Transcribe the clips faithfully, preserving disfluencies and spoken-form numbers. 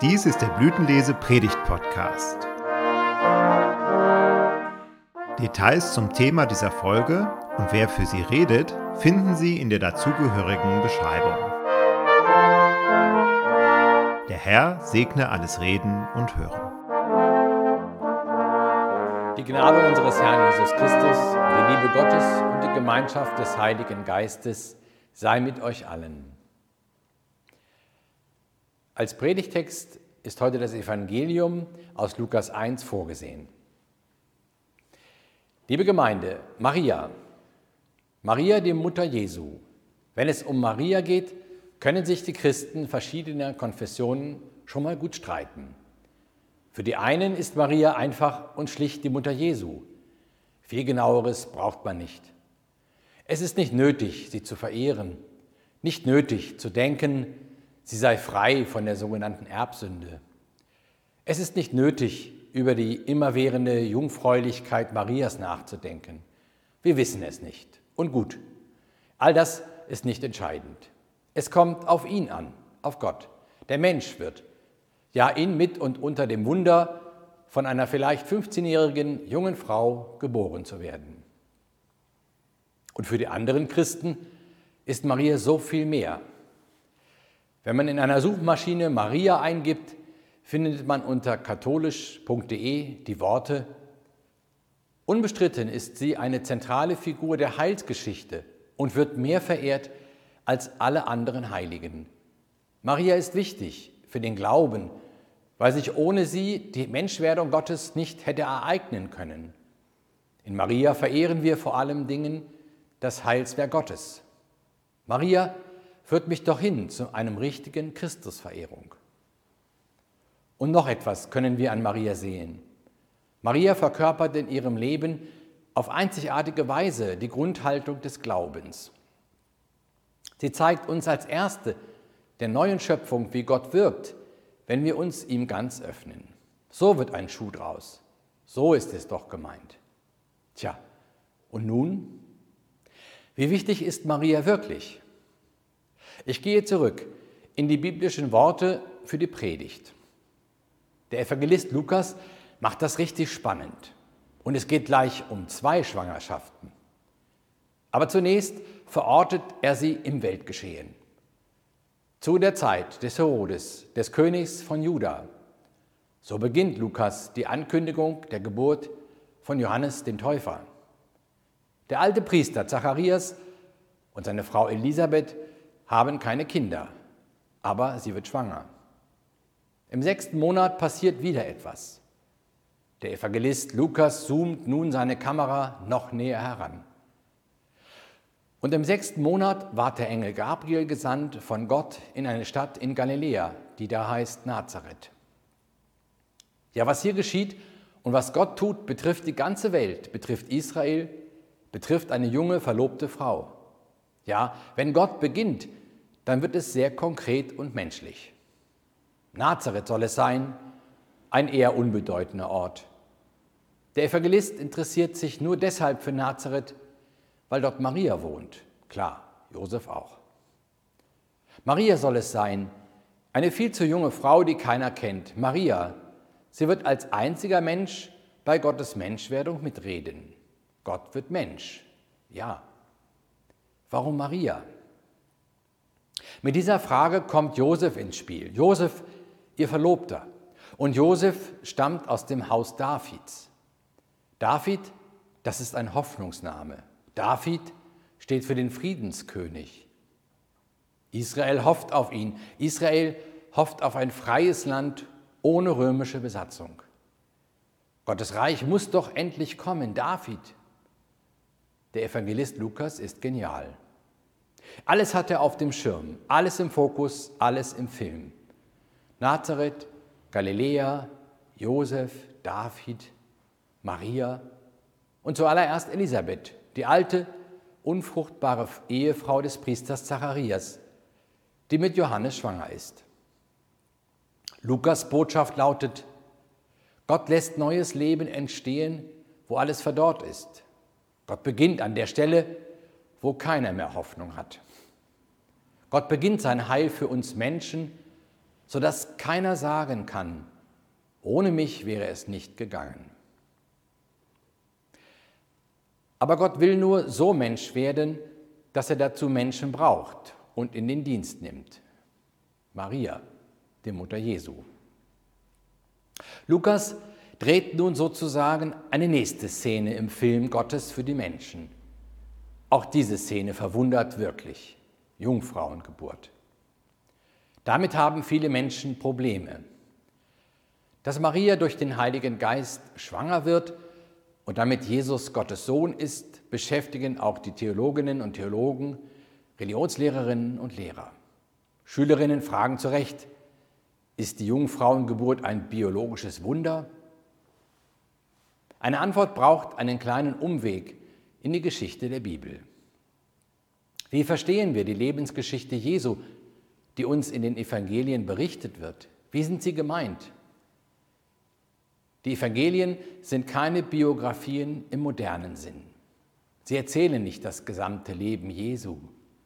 Dies ist der Blütenlese Predigt Podcast. Details zum Thema dieser Folge und wer für sie redet, finden Sie in der dazugehörigen Beschreibung. Der Herr segne alles Reden und Hören. Die Gnade unseres Herrn Jesus Christus, die Liebe Gottes und die Gemeinschaft des Heiligen Geistes sei mit euch allen. Als Predigtext ist heute das Evangelium aus Lukas eins vorgesehen. Liebe Gemeinde, Maria, Maria, die Mutter Jesu. Wenn es um Maria geht, können sich die Christen verschiedener Konfessionen schon mal gut streiten. Für die einen ist Maria einfach und schlicht die Mutter Jesu. Viel Genaueres braucht man nicht. Es ist nicht nötig, sie zu verehren, nicht nötig zu denken, sie sei frei von der sogenannten Erbsünde. Es ist nicht nötig, über die immerwährende Jungfräulichkeit Marias nachzudenken. Wir wissen es nicht. Und gut, all das ist nicht entscheidend. Es kommt auf ihn an, auf Gott. Der Mensch wird, ja in, mit und unter dem Wunder, von einer vielleicht fünfzehnjährigen jungen Frau geboren zu werden. Und für die anderen Christen ist Maria so viel mehr. Wenn man in einer Suchmaschine Maria eingibt, findet man unter katholisch punkt de die Worte: Unbestritten ist sie eine zentrale Figur der Heilsgeschichte und wird mehr verehrt als alle anderen Heiligen. Maria ist wichtig für den Glauben, weil sich ohne sie die Menschwerdung Gottes nicht hätte ereignen können. In Maria verehren wir vor allem Dingen das Heilswerk Gottes. Maria führt mich doch hin zu einem richtigen Christusverehrung. Und noch etwas können wir an Maria sehen. Maria verkörpert in ihrem Leben auf einzigartige Weise die Grundhaltung des Glaubens. Sie zeigt uns als Erste der neuen Schöpfung, wie Gott wirkt, wenn wir uns ihm ganz öffnen. So wird ein Schuh draus. So ist es doch gemeint. Tja, und nun? Wie wichtig ist Maria wirklich? Ich gehe zurück in die biblischen Worte für die Predigt. Der Evangelist Lukas macht das richtig spannend. Und es geht gleich um zwei Schwangerschaften. Aber zunächst verortet er sie im Weltgeschehen. Zu der Zeit des Herodes, des Königs von Juda. So beginnt Lukas die Ankündigung der Geburt von Johannes dem Täufer. Der alte Priester Zacharias und seine Frau Elisabeth haben keine Kinder, aber sie wird schwanger. Im sechsten Monat passiert wieder etwas. Der Evangelist Lukas zoomt nun seine Kamera noch näher heran. Und im sechsten Monat ward der Engel Gabriel gesandt von Gott in eine Stadt in Galiläa, die da heißt Nazareth. Ja, was hier geschieht und was Gott tut, betrifft die ganze Welt, betrifft Israel, betrifft eine junge, verlobte Frau. Ja, wenn Gott beginnt, dann wird es sehr konkret und menschlich. Nazareth soll es sein, ein eher unbedeutender Ort. Der Evangelist interessiert sich nur deshalb für Nazareth, weil dort Maria wohnt. Klar, Josef auch. Maria soll es sein, eine viel zu junge Frau, die keiner kennt. Maria, sie wird als einziger Mensch bei Gottes Menschwerdung mitreden. Gott wird Mensch, ja. Warum Maria? Mit dieser Frage kommt Josef ins Spiel. Josef, ihr Verlobter. Und Josef stammt aus dem Haus Davids. David, das ist ein Hoffnungsname. David steht für den Friedenskönig. Israel hofft auf ihn. Israel hofft auf ein freies Land ohne römische Besatzung. Gottes Reich muss doch endlich kommen. David. Der Evangelist Lukas ist genial. Alles hat er auf dem Schirm, alles im Fokus, alles im Film. Nazareth, Galiläa, Josef, David, Maria und zuallererst Elisabeth, die alte, unfruchtbare Ehefrau des Priesters Zacharias, die mit Johannes schwanger ist. Lukas' Botschaft lautet: Gott lässt neues Leben entstehen, wo alles verdorrt ist. Gott beginnt an der Stelle, wo keiner mehr Hoffnung hat. Gott beginnt sein Heil für uns Menschen sodass keiner sagen kann, ohne mich wäre es nicht gegangen. Aber Gott will nur so Mensch werden, dass er dazu Menschen braucht und in den Dienst nimmt. Maria, die Mutter Jesu. Lukas dreht nun sozusagen eine nächste Szene im Film Gottes für die Menschen. Auch diese Szene verwundert wirklich. Jungfrauengeburt. Damit haben viele Menschen Probleme. Dass Maria durch den Heiligen Geist schwanger wird und damit Jesus Gottes Sohn ist, beschäftigen auch die Theologinnen und Theologen, Religionslehrerinnen und Lehrer. Schülerinnen fragen zu Recht, ist die Jungfrauengeburt ein biologisches Wunder? Eine Antwort braucht einen kleinen Umweg in die Geschichte der Bibel. Wie verstehen wir die Lebensgeschichte Jesu, die uns in den Evangelien berichtet wird? Wie sind sie gemeint? Die Evangelien sind keine Biografien im modernen Sinn. Sie erzählen nicht das gesamte Leben Jesu.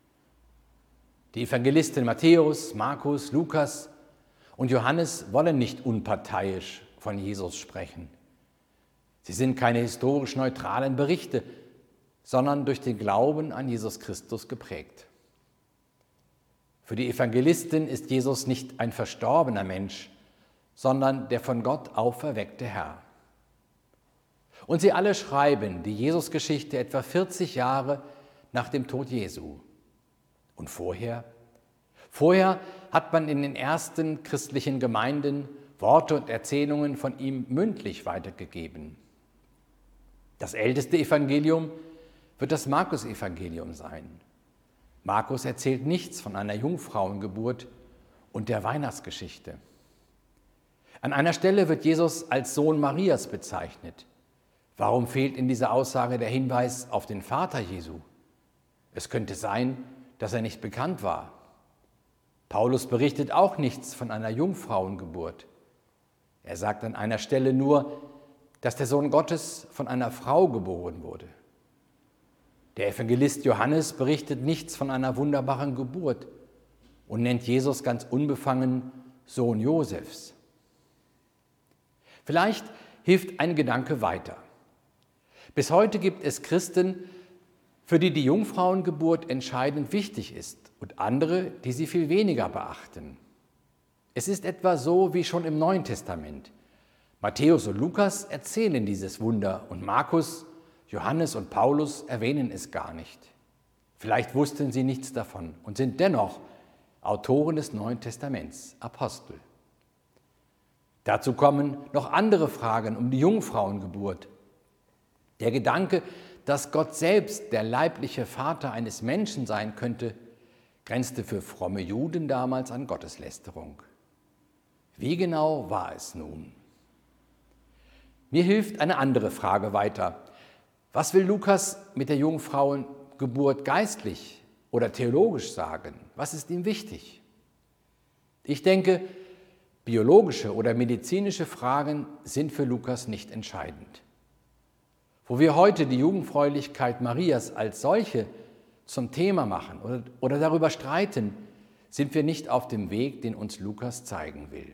Die Evangelisten Matthäus, Markus, Lukas und Johannes wollen nicht unparteiisch von Jesus sprechen. Sie sind keine historisch neutralen Berichte, sondern durch den Glauben an Jesus Christus geprägt. Für die Evangelisten ist Jesus nicht ein verstorbener Mensch, sondern der von Gott auferweckte Herr. Und sie alle schreiben die Jesusgeschichte etwa vierzig Jahre nach dem Tod Jesu. Und vorher? Vorher hat man in den ersten christlichen Gemeinden Worte und Erzählungen von ihm mündlich weitergegeben. Das älteste Evangelium wird das Markus-Evangelium sein. Markus erzählt nichts von einer Jungfrauengeburt und der Weihnachtsgeschichte. An einer Stelle wird Jesus als Sohn Marias bezeichnet. Warum fehlt in dieser Aussage der Hinweis auf den Vater Jesu? Es könnte sein, dass er nicht bekannt war. Paulus berichtet auch nichts von einer Jungfrauengeburt. Er sagt an einer Stelle nur, dass der Sohn Gottes von einer Frau geboren wurde. Der Evangelist Johannes berichtet nichts von einer wunderbaren Geburt und nennt Jesus ganz unbefangen Sohn Josefs. Vielleicht hilft ein Gedanke weiter. Bis heute gibt es Christen, für die die Jungfrauengeburt entscheidend wichtig ist und andere, die sie viel weniger beachten. Es ist etwa so wie schon im Neuen Testament. Matthäus und Lukas erzählen dieses Wunder und Markus, Johannes und Paulus erwähnen es gar nicht. Vielleicht wussten sie nichts davon und sind dennoch Autoren des Neuen Testaments, Apostel. Dazu kommen noch andere Fragen um die Jungfrauengeburt. Der Gedanke, dass Gott selbst der leibliche Vater eines Menschen sein könnte, grenzte für fromme Juden damals an Gotteslästerung. Wie genau war es nun? Mir hilft eine andere Frage weiter. Was will Lukas mit der Jungfrauengeburt geistlich oder theologisch sagen? Was ist ihm wichtig? Ich denke, biologische oder medizinische Fragen sind für Lukas nicht entscheidend. Wo wir heute die Jungfräulichkeit Marias als solche zum Thema machen oder, oder darüber streiten, sind wir nicht auf dem Weg, den uns Lukas zeigen will.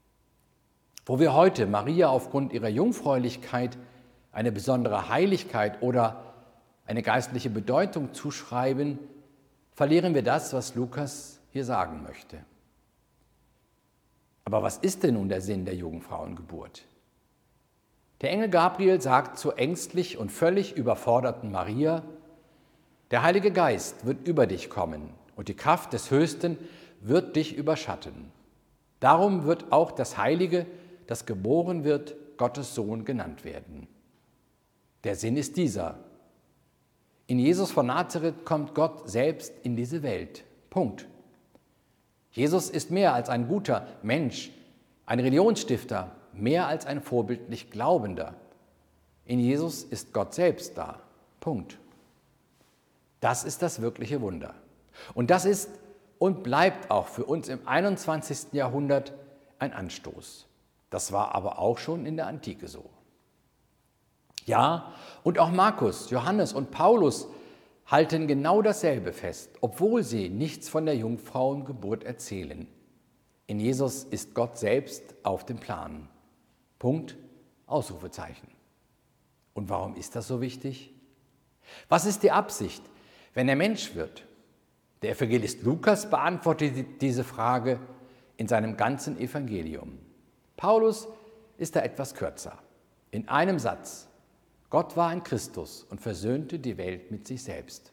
Wo wir heute Maria aufgrund ihrer Jungfräulichkeit eine besondere Heiligkeit oder eine geistliche Bedeutung zuschreiben, verlieren wir das, was Lukas hier sagen möchte. Aber was ist denn nun der Sinn der Jungfrauengeburt? Der Engel Gabriel sagt zur ängstlich und völlig überforderten Maria: Der Heilige Geist wird über dich kommen und die Kraft des Höchsten wird dich überschatten. Darum wird auch das Heilige, das geboren wird, Gottes Sohn genannt werden. Der Sinn ist dieser: In Jesus von Nazareth kommt Gott selbst in diese Welt. Punkt. Jesus ist mehr als ein guter Mensch, ein Religionsstifter, mehr als ein vorbildlich Glaubender. In Jesus ist Gott selbst da. Punkt. Das ist das wirkliche Wunder. Und das ist und bleibt auch für uns im einundzwanzigsten Jahrhundert ein Anstoß. Das war aber auch schon in der Antike so. Ja, und auch Markus, Johannes und Paulus halten genau dasselbe fest, obwohl sie nichts von der Jungfrauengeburt erzählen. In Jesus ist Gott selbst auf dem Plan. Punkt, Ausrufezeichen. Und warum ist das so wichtig? Was ist die Absicht, wenn er Mensch wird? Der Evangelist Lukas beantwortet diese Frage in seinem ganzen Evangelium. Paulus ist da etwas kürzer. In einem Satz: Gott war in Christus und versöhnte die Welt mit sich selbst.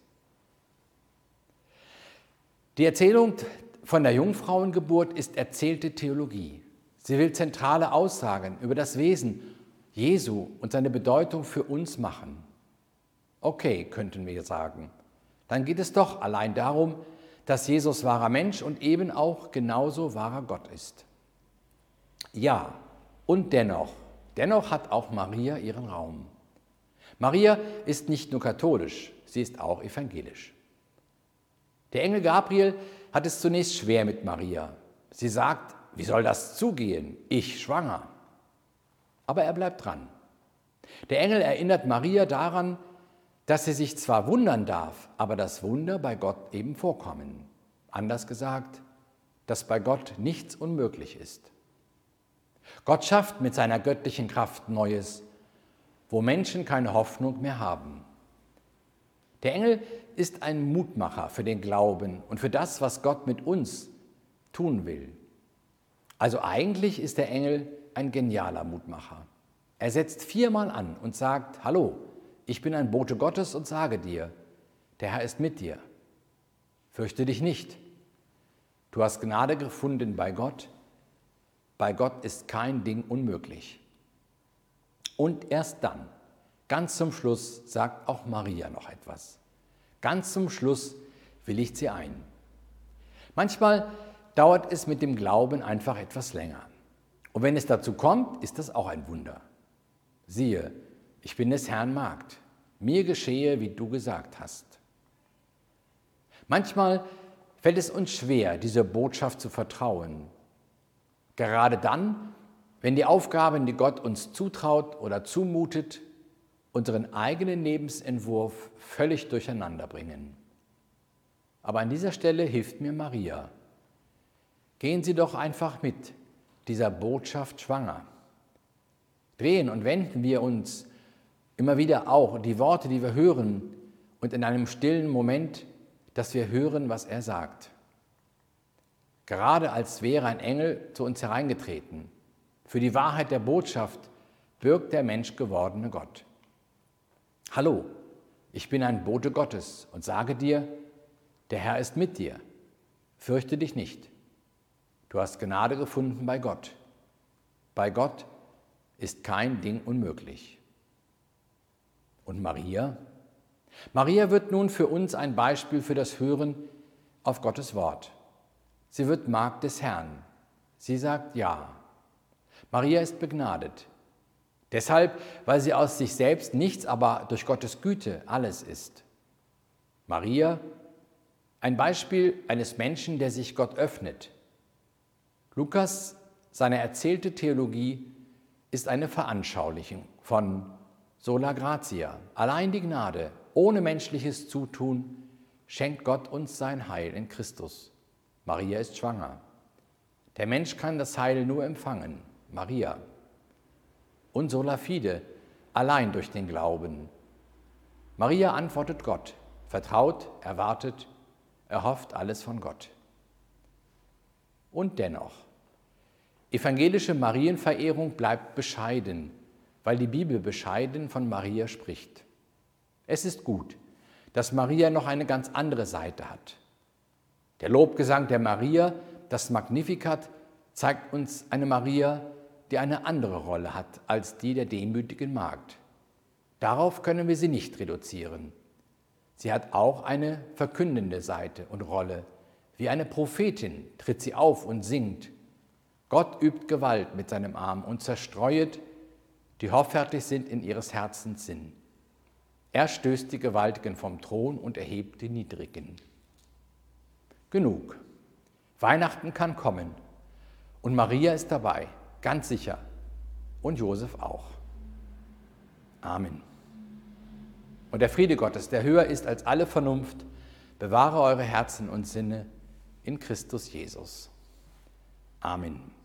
Die Erzählung von der Jungfrauengeburt ist erzählte Theologie. Sie will zentrale Aussagen über das Wesen Jesu und seine Bedeutung für uns machen. Okay, könnten wir sagen, dann geht es doch allein darum, dass Jesus wahrer Mensch und eben auch genauso wahrer Gott ist. Ja, und dennoch, dennoch hat auch Maria ihren Raum. Maria ist nicht nur katholisch, sie ist auch evangelisch. Der Engel Gabriel hat es zunächst schwer mit Maria. Sie sagt, wie soll das zugehen? Ich schwanger. Aber er bleibt dran. Der Engel erinnert Maria daran, dass sie sich zwar wundern darf, aber das Wunder bei Gott eben vorkommen. Anders gesagt, dass bei Gott nichts unmöglich ist. Gott schafft mit seiner göttlichen Kraft Neues, wo Menschen keine Hoffnung mehr haben. Der Engel ist ein Mutmacher für den Glauben und für das, was Gott mit uns tun will. Also eigentlich ist der Engel ein genialer Mutmacher. Er setzt viermal an und sagt, hallo, ich bin ein Bote Gottes und sage dir, der Herr ist mit dir. Fürchte dich nicht. Du hast Gnade gefunden bei Gott. Bei Gott ist kein Ding unmöglich. Und erst dann, ganz zum Schluss, sagt auch Maria noch etwas. Ganz zum Schluss willigt sie ein. Manchmal dauert es mit dem Glauben einfach etwas länger. Und wenn es dazu kommt, ist das auch ein Wunder. Siehe, ich bin des Herrn Magd. Mir geschehe, wie du gesagt hast. Manchmal fällt es uns schwer, dieser Botschaft zu vertrauen. Gerade dann, wenn die Aufgaben, die Gott uns zutraut oder zumutet, unseren eigenen Lebensentwurf völlig durcheinander bringen. Aber an dieser Stelle hilft mir Maria. Gehen Sie doch einfach mit dieser Botschaft schwanger. Drehen und wenden wir uns immer wieder auch die Worte, die wir hören, und in einem stillen Moment, dass wir hören, was er sagt. Gerade als wäre ein Engel zu uns hereingetreten. Für die Wahrheit der Botschaft wirkt der menschgewordene Gott. Hallo, ich bin ein Bote Gottes und sage dir, der Herr ist mit dir. Fürchte dich nicht. Du hast Gnade gefunden bei Gott. Bei Gott ist kein Ding unmöglich. Und Maria? Maria wird nun für uns ein Beispiel für das Hören auf Gottes Wort. Sie wird Magd des Herrn. Sie sagt Ja. Maria ist begnadet. Deshalb, weil sie aus sich selbst nichts, aber durch Gottes Güte alles ist. Maria, ein Beispiel eines Menschen, der sich Gott öffnet. Lukas, seine erzählte Theologie, ist eine Veranschaulichung von sola gratia. Allein die Gnade, ohne menschliches Zutun, schenkt Gott uns sein Heil in Christus. Maria ist schwanger. Der Mensch kann das Heil nur empfangen. Maria. Und sola fide, allein durch den Glauben. Maria antwortet Gott, vertraut, erwartet, erhofft alles von Gott. Und dennoch, evangelische Marienverehrung bleibt bescheiden, weil die Bibel bescheiden von Maria spricht. Es ist gut, dass Maria noch eine ganz andere Seite hat. Der Lobgesang der Maria, das Magnificat, zeigt uns eine Maria, die eine andere Rolle hat als die der demütigen Magd. Darauf können wir sie nicht reduzieren. Sie hat auch eine verkündende Seite und Rolle. Wie eine Prophetin tritt sie auf und singt. Gott übt Gewalt mit seinem Arm und zerstreuet, die hoffärtig sind in ihres Herzens Sinn. Er stößt die Gewaltigen vom Thron und erhebt die Niedrigen. Genug. Weihnachten kann kommen. Und Maria ist dabei, ganz sicher. Und Josef auch. Amen. Und der Friede Gottes, der höher ist als alle Vernunft, bewahre eure Herzen und Sinne in Christus Jesus. Amen.